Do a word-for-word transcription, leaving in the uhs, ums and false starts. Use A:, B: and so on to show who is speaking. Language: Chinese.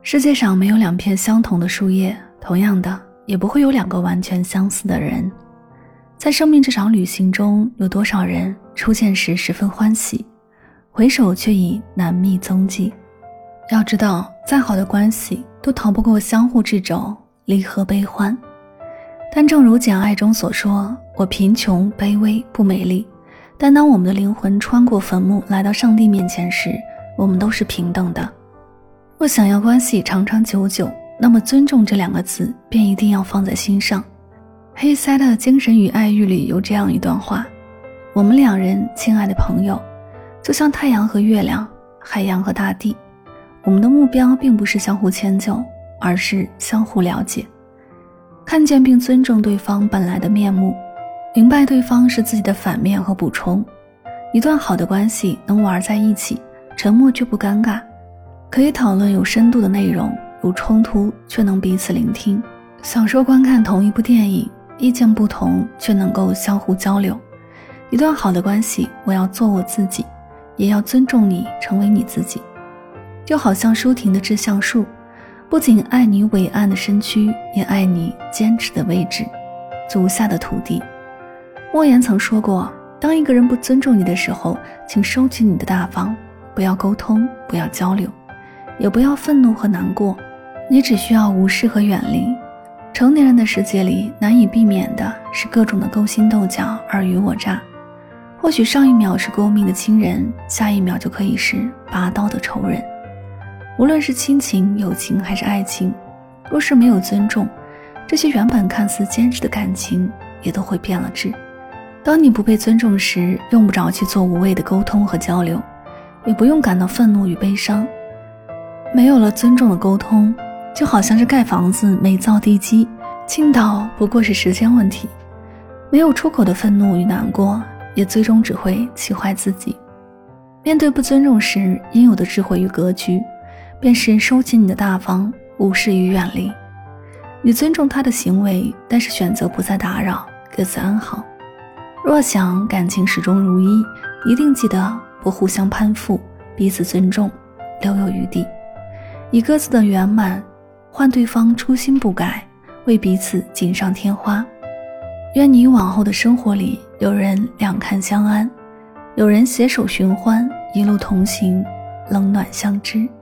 A: 世界上没有两片相同的树叶，同样的，也不会有两个完全相似的人。在生命这场旅行中，有多少人出现时十分欢喜，回首却已难觅踪迹。要知道，再好的关系都逃不过相互掣肘，离合悲欢。但正如简爱中所说，我贫穷卑微不美丽，但当我们的灵魂穿过坟墓来到上帝面前时，我们都是平等的。若想要关系长长久久，那么尊重这两个字便一定要放在心上。黑塞的精神与爱欲里有这样一段话：我们两人，亲爱的朋友，就像太阳和月亮，海洋和大地，我们的目标并不是相互迁就，而是相互了解，看见并尊重对方本来的面目，明白对方是自己的反面和补充。一段好的关系能玩在一起，沉默却不尴尬，可以讨论有深度的内容，有冲突却能彼此聆听，享受观看同一部电影，意见不同却能够相互交流。一段好的关系，我要做我自己，也要尊重你成为你自己。就好像舒婷的致橡树，不仅爱你伟岸的身躯，也爱你坚持的位置，足下的土地。莫言曾说过，当一个人不尊重你的时候，请收起你的大方，不要沟通，不要交流，也不要愤怒和难过，你只需要无视和远离。成年人的世界里，难以避免的是各种的勾心斗角、尔虞我诈。或许上一秒是勾命的亲人，下一秒就可以是拔刀的仇人。无论是亲情、友情还是爱情，若是没有尊重，这些原本看似坚实的感情也都会变了质。当你不被尊重时，用不着去做无谓的沟通和交流，也不用感到愤怒与悲伤。没有了尊重的沟通，就好像是盖房子没造地基，倾倒不过是时间问题。没有出口的愤怒与难过，也最终只会气坏自己。面对不尊重时，应有的智慧与格局，便是收起你的大方，无视与远离。你尊重他的行为，但是选择不再打扰，各自安好。若想感情始终如一，一定记得不互相攀附，彼此尊重，留有余地，以各自的圆满换对方初心不改，为彼此锦上添花。愿你往后的生活里，有人两看相安，有人携手寻欢，一路同行，冷暖相知。